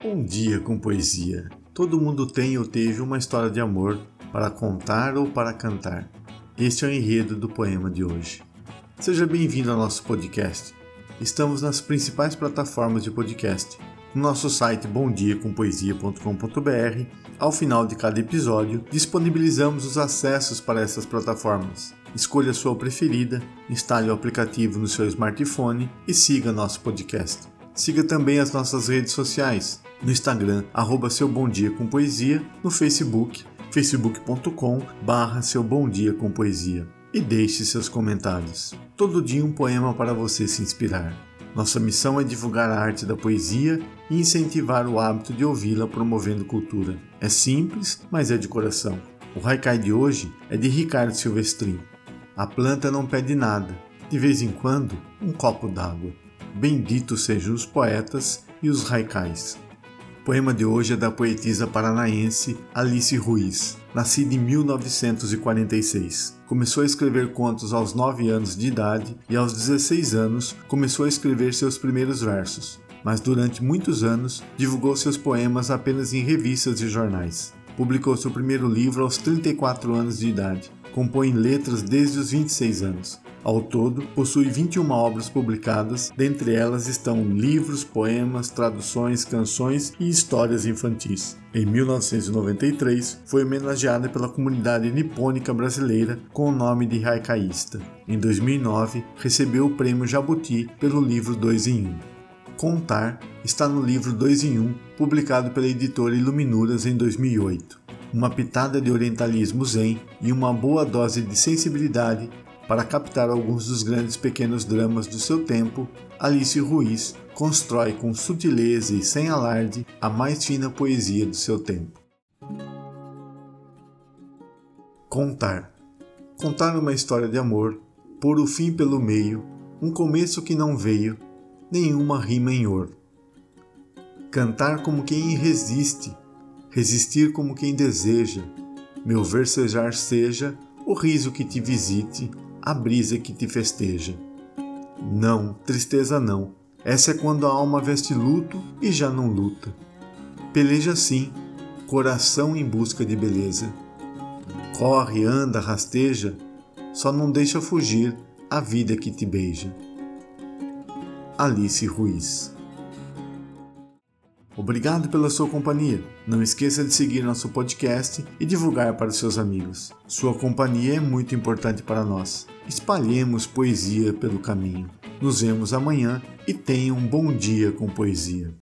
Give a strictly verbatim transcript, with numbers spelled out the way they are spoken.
Bom dia com poesia. Todo mundo tem ou teve uma história de amor para contar ou para cantar. Este é o enredo do poema de hoje. Seja bem-vindo ao nosso podcast. Estamos nas principais plataformas de podcast. No nosso site bom dia com poesia ponto com ponto b r, ao final de cada episódio, disponibilizamos os acessos para essas plataformas. Escolha a sua preferida, instale o aplicativo no seu smartphone e siga nosso podcast. Siga também as nossas redes sociais, no Instagram, arroba seu bom dia com poesia, no Facebook, facebook ponto com barra seu bom dia com poesia. E deixe seus comentários. Todo dia um poema para você se inspirar. Nossa missão é divulgar a arte da poesia e incentivar o hábito de ouvi-la promovendo cultura. É simples, mas é de coração. O haikai de hoje é de Ricardo Silvestrin. A planta não pede nada, de vez em quando, um copo d'água. Benditos sejam os poetas e os haikais. O poema de hoje é da poetisa paranaense Alice Ruiz, nascida em mil novecentos e quarenta e seis. Começou a escrever contos aos nove anos de idade e aos dezesseis anos começou a escrever seus primeiros versos, mas durante muitos anos divulgou seus poemas apenas em revistas e jornais. Publicou seu primeiro livro aos trinta e quatro anos de idade. Compõe letras desde os vinte e seis anos. Ao todo, possui vinte e uma obras publicadas, dentre elas estão livros, poemas, traduções, canções e histórias infantis. Em mil novecentos e noventa e três, foi homenageada pela comunidade nipônica brasileira com o nome de haikaísta. Em dois mil e nove, recebeu o prêmio Jabuti pelo livro dois em um. Contar está no livro dois em um, publicado pela editora Iluminuras em dois mil e oito. Uma pitada de orientalismo zen e uma boa dose de sensibilidade para captar alguns dos grandes pequenos dramas do seu tempo, Alice Ruiz constrói com sutileza e sem alarde a mais fina poesia do seu tempo. Contar. Contar uma história de amor, pôr o fim pelo meio, um começo que não veio, nenhuma rima em ouro. Cantar como quem resiste, resistir como quem deseja, meu versejar seja o riso que te visite, a brisa que te festeja. Não, tristeza não, essa é quando a alma veste luto e já não luta. Peleja sim, coração em busca de beleza. Corre, anda, rasteja, só não deixa fugir a vida que te beija. Alice Ruiz. Obrigado pela sua companhia. Não esqueça de seguir nosso podcast e divulgar para os seus amigos. Sua companhia é muito importante para nós. Espalhemos poesia pelo caminho. Nos vemos amanhã e tenha um bom dia com poesia.